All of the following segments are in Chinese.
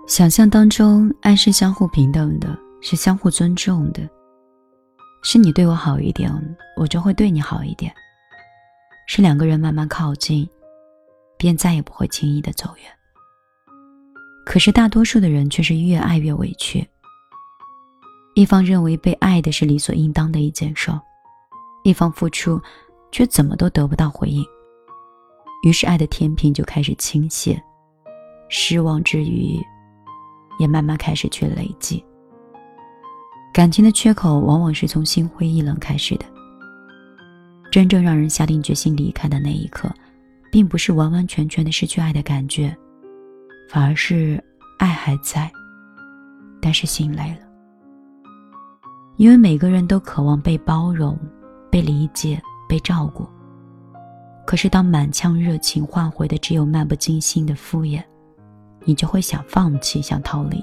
想象当中，爱是相互平等的，是相互尊重的，是你对我好一点，我就会对你好一点，是两个人慢慢靠近，便再也不会轻易地走远。可是大多数的人却是越爱越委屈，一方认为被爱的是理所应当的一件事，一方付出却怎么都得不到回应，于是爱的天平就开始倾斜，失望之余也慢慢开始去累积。感情的缺口往往是从心灰意冷开始的，真正让人下定决心离开的那一刻，并不是完完全全的失去爱的感觉，反而是爱还在，但是心累了。因为每个人都渴望被包容、被理解、被照顾，可是当满腔热情换回的只有漫不经心的敷衍，你就会想放弃，想逃离。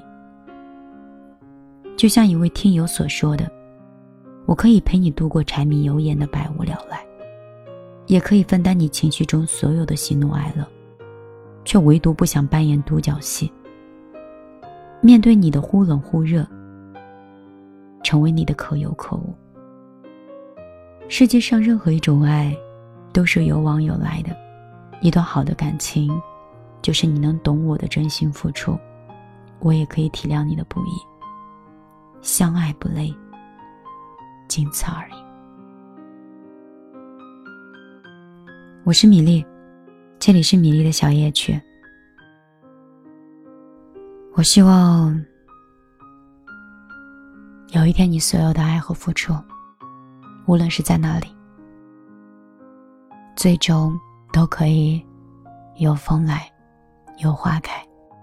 就像一位听友所说的，我可以陪你度过柴米油盐的百无聊赖，也可以分担你情绪中所有的喜怒哀乐，却唯独不想扮演独角戏，面对你的忽冷忽热，成为你的可有可无。世界上任何一种爱都是有往有来的，一段好的感情就是你能懂我的真心付出，我也可以体谅你的不易，相爱不累，仅此而已。我是米粒，这里是米粒的小夜曲。我希望有一天你所有的爱和付出，无论是在哪里，最终都可以有风来，有花开。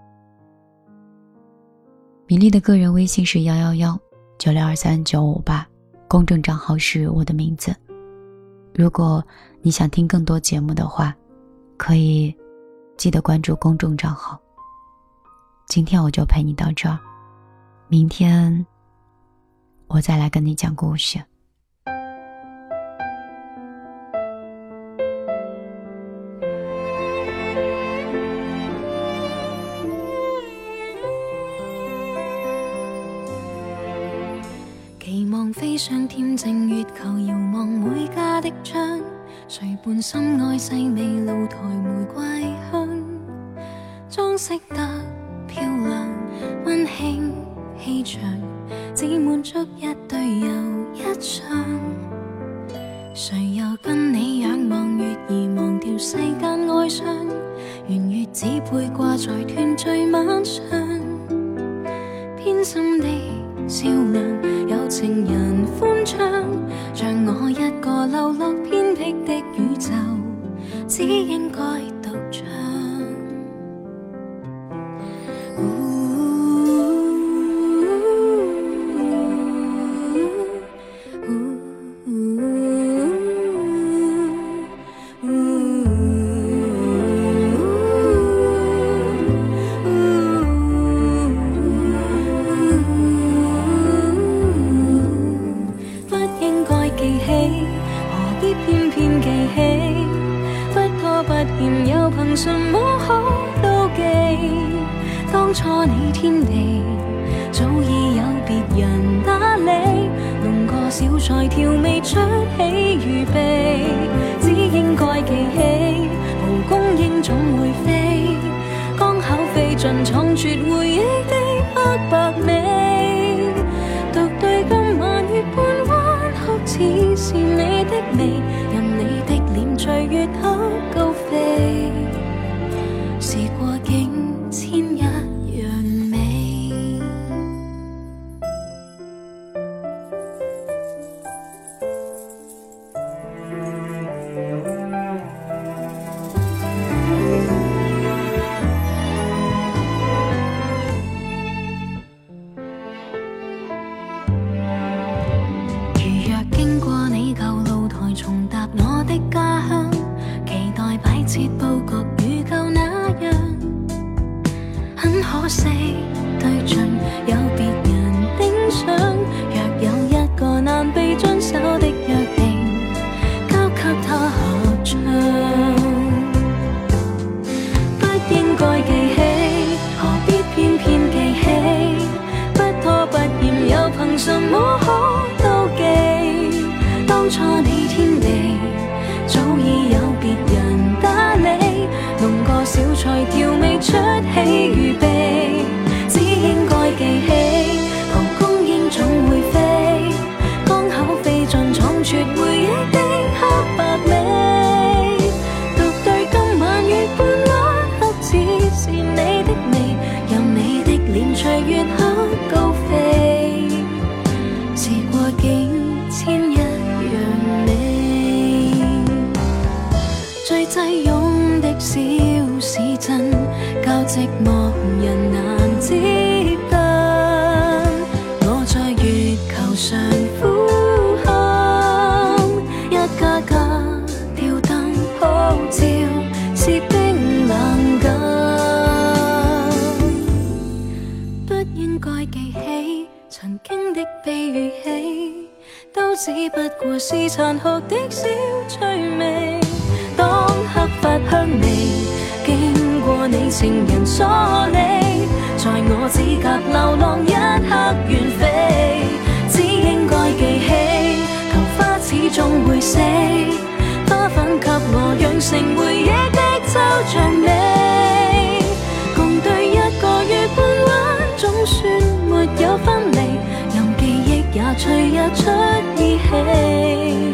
米粒的个人微信是111-9623-958，公众账号是我的名字。如果你想听更多节目的话，可以记得关注公众账号。今天我就陪你到这儿，明天我再来跟你讲故事。 期望飛上恬靜月球，遙望每家的窗，誰伴心愛細味露台玫瑰香，裝飾得漂亮溫馨氣場，只滿足一對又一雙。誰又跟你仰望月兒，忘掉世間哀傷，圓月只配掛在團聚晚上，偏心的照亮，有情人歡唱，像我一個流落偏僻的宇宙，只應該獨唱。又憑什麼可妒忌？當初你添地，早已有別人打理，弄個小菜調味出喜與悲，只應該記起，蒲公英總會飛，剛巧飛進藏絕回憶的黑白美，獨對今晚月半彎曲，似是你的眉，任你的臉隨月口高飛，時過境遷一樣美。如若經過你舊露台，重踏我的家鄉，期待擺設佈局與舊那樣，很可惜對象有別人盯上，若有一個難被遵守的約定，交給他合唱。不應該記起，何必偏偏記小菜調味出喜與悲，只應該記起，蒲公英總會飛，江口飛進闖絕回憶的黑白美，獨對今晚月半彎黑只是你的味，任你的臉隨月黑高飛，時過境遷一樣美。最擠擁的小市鎮，較寂寞人難接近。我在月球上呼喊，一家家吊燈普照，是冰冷感。不應該記起曾經的悲與喜，都只不過是殘酷的小趣味。當黑髮香味經過你情人鎖你，在我指甲流浪一刻遠飛，只應該記起，球花始終會死，花粉給我養成回憶的抽象美，共對一個月半彎，總算沒有分離，任記憶也隨日出依稀。